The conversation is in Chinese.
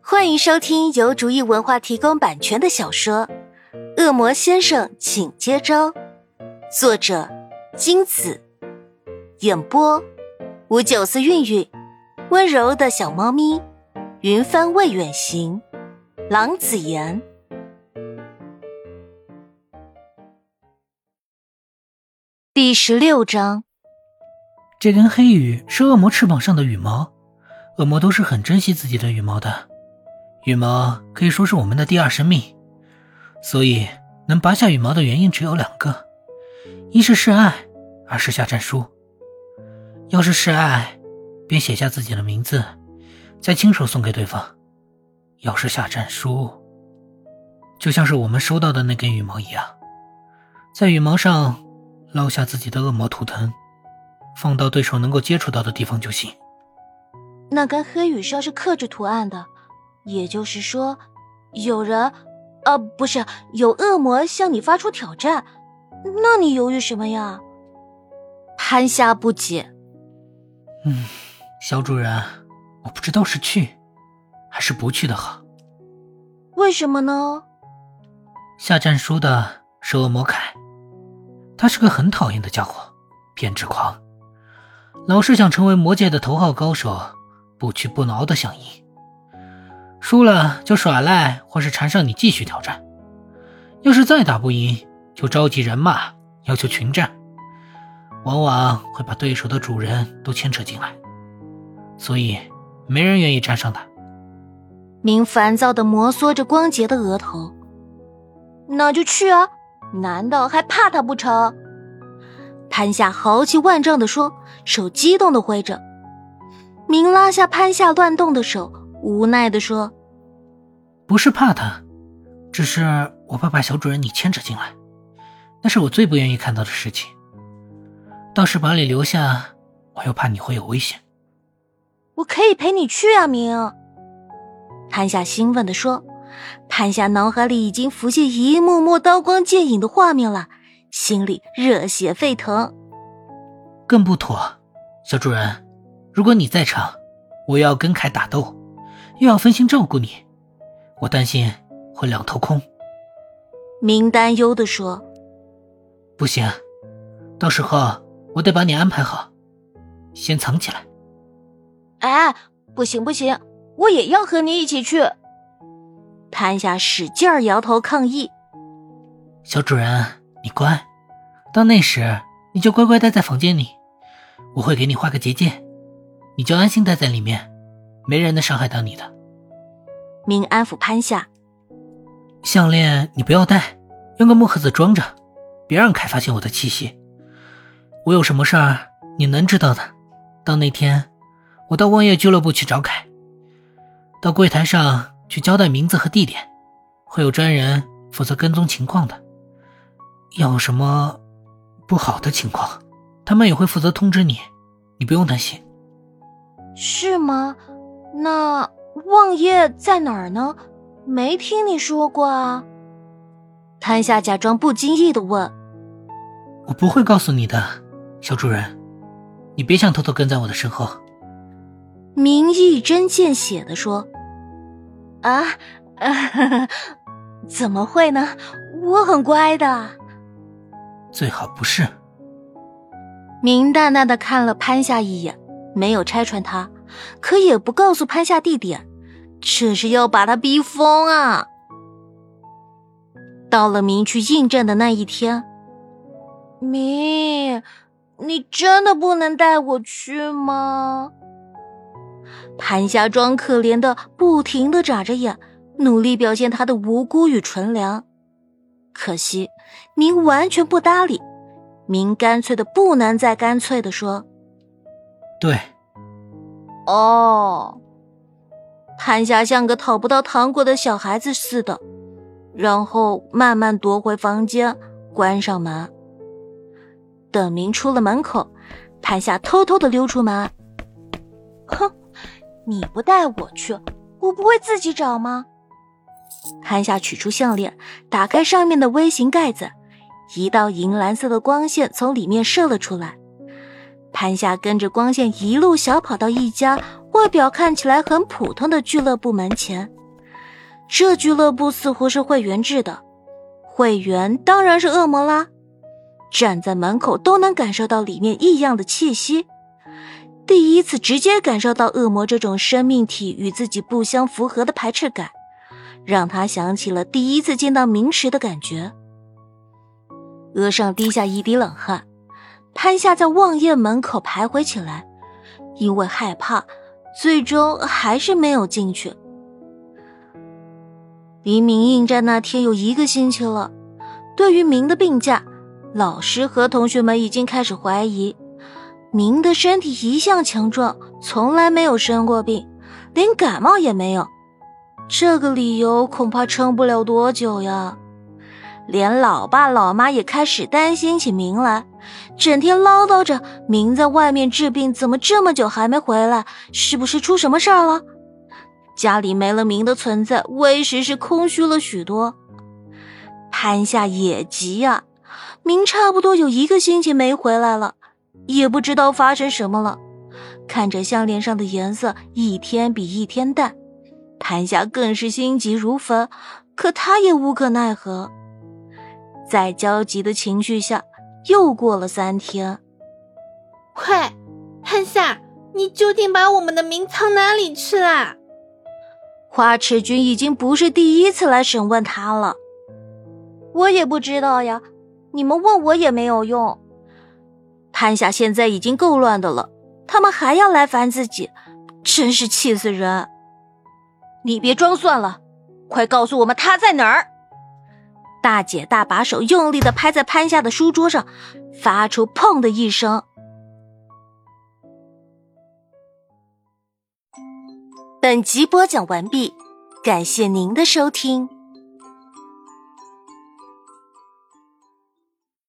欢迎收听由竹意文化提供版权的小说《恶魔先生请接招》，作者金子，演播594韵韵，温柔的小猫咪，云帆未远行，郎子言。第16章。 这根黑羽是恶魔翅膀上的羽毛，恶魔都是很珍惜自己的羽毛的，羽毛可以说是我们的第二生命，所以能拔下羽毛的原因只有2个，一是示爱，二是下战书。要是示爱，便写下自己的名字，再亲手送给对方；要是下战书，就像是我们收到的那根羽毛一样，在羽毛上烙下自己的恶魔图腾，放到对手能够接触到的地方就行。 那根黑羽上是刻着图案的，也就是说有人不是，有恶魔向你发出挑战，那你犹豫什么呀？潘夏不解。 小主人，我不知道是去还是不去的好。 为什么呢？ 下战书的是恶魔凯，他是个很讨厌的家伙，偏执狂，老是想成为魔界的头号高手，不屈不挠的想赢，输了就耍赖或是缠上你继续挑战，要是再打不赢就召集人马要求群战，往往会把对手的主人都牵扯进来，所以没人愿意沾上他。 明烦躁地摩挲着光洁的额头。那就去啊，难道还怕他不成？潘夏豪气万丈地说，手激动地挥着。明拉下潘夏乱动的手，无奈地说， 不是怕他，只是我怕把小主人你牵扯进来，那是我最不愿意看到的事情。倒是把你留下，我又怕你会有危险。 我可以陪你去啊，明。潘夏兴奋地说。潘夏脑海里已经浮现一幕幕刀光剑影的画面了，心里热血沸腾。 更不妥，小主人，如果你在场，我又要跟凯打斗，又要分心照顾你，我担心会两头空。 明担忧地说。 不行，到时候我得把你安排好，先藏起来。 哎，不行不行，我也要和你一起去。潘夏使劲儿摇头抗议。 小主人，你乖，到那时你就乖乖待在房间里，我会给你画个结界，你就安心待在里面，没人能伤害到你的。 明安抚潘夏。 项链你不要戴，用个木盒子装着，别让凯发现我的气息。我有什么事儿你能知道的，到那天我到望月俱乐部去找凯，到柜台上去交代名字和地点，会有专人负责跟踪情况的，要有什么不好的情况，他们也会负责通知你，你不用担心。 是吗？那望月在哪儿呢？没听你说过啊。潘夏假装不经意地问。 我不会告诉你的，小主人，你别想偷偷跟在我的身后。 明一针见血地说。怎么会呢？我很乖的。 最好不是。 明淡淡地看了潘夏一眼，没有拆穿他，可也不告诉潘夏地点，这是要把他逼疯啊。到了明去应征的那一天，明，你真的不能带我去吗？潘夏装可怜的不停地眨着眼，努力表现她的无辜与纯良。可惜明完全不搭理，明干脆的不能再干脆地说， 对。 哦。潘夏像个讨不到糖果的小孩子似的，然后慢慢夺回房间，关上门。等明出了门口，潘夏偷偷地溜出门。哼，你不带我去，我不会自己找吗？潘夏取出项链，打开上面的微型盖子，一道银蓝色的光线从里面射了出来。潘夏跟着光线一路小跑到一家外表看起来很普通的俱乐部门前， 这俱乐部似乎是会员制的，会员当然是恶魔啦。站在门口都能感受到里面异样的气息，第一次直接感受到恶魔这种生命体与自己不相符合的排斥感，让他想起了第一次见到明时的感觉。额上滴下一滴冷汗，潘夏在望夜门口徘徊起来，因为害怕，最终还是没有进去。离明应战那天有1个星期了，对于明的病假，老师和同学们已经开始怀疑。明的身体一向强壮，从来没有生过病，连感冒也没有，这个理由恐怕撑不了多久呀。连老爸老妈也开始担心起明来，整天唠叨着明在外面治病怎么这么久还没回来，是不是出什么事儿了？家里没了明的存在，为时是空虚了许多。潘夏也急呀，明差不多有1个星期没回来了，也不知道发生什么了。看着项链上的颜色一天比一天淡，潘夏更是心急如焚，可她也无可奈何。在焦急的情绪下，又过了3天。 快，潘夏，你究竟把我们的明藏哪里去啦？ 花池君已经不是第1次来审问他了。我也不知道呀，你们问我也没有用。潘夏现在已经够乱的了，他们还要来烦自己，真是气死人。你别装蒜了，快告诉我们他在哪儿。大姐大把手用力地拍在潘夏的书桌上，发出砰的一声。本集播讲完毕，感谢您的收听。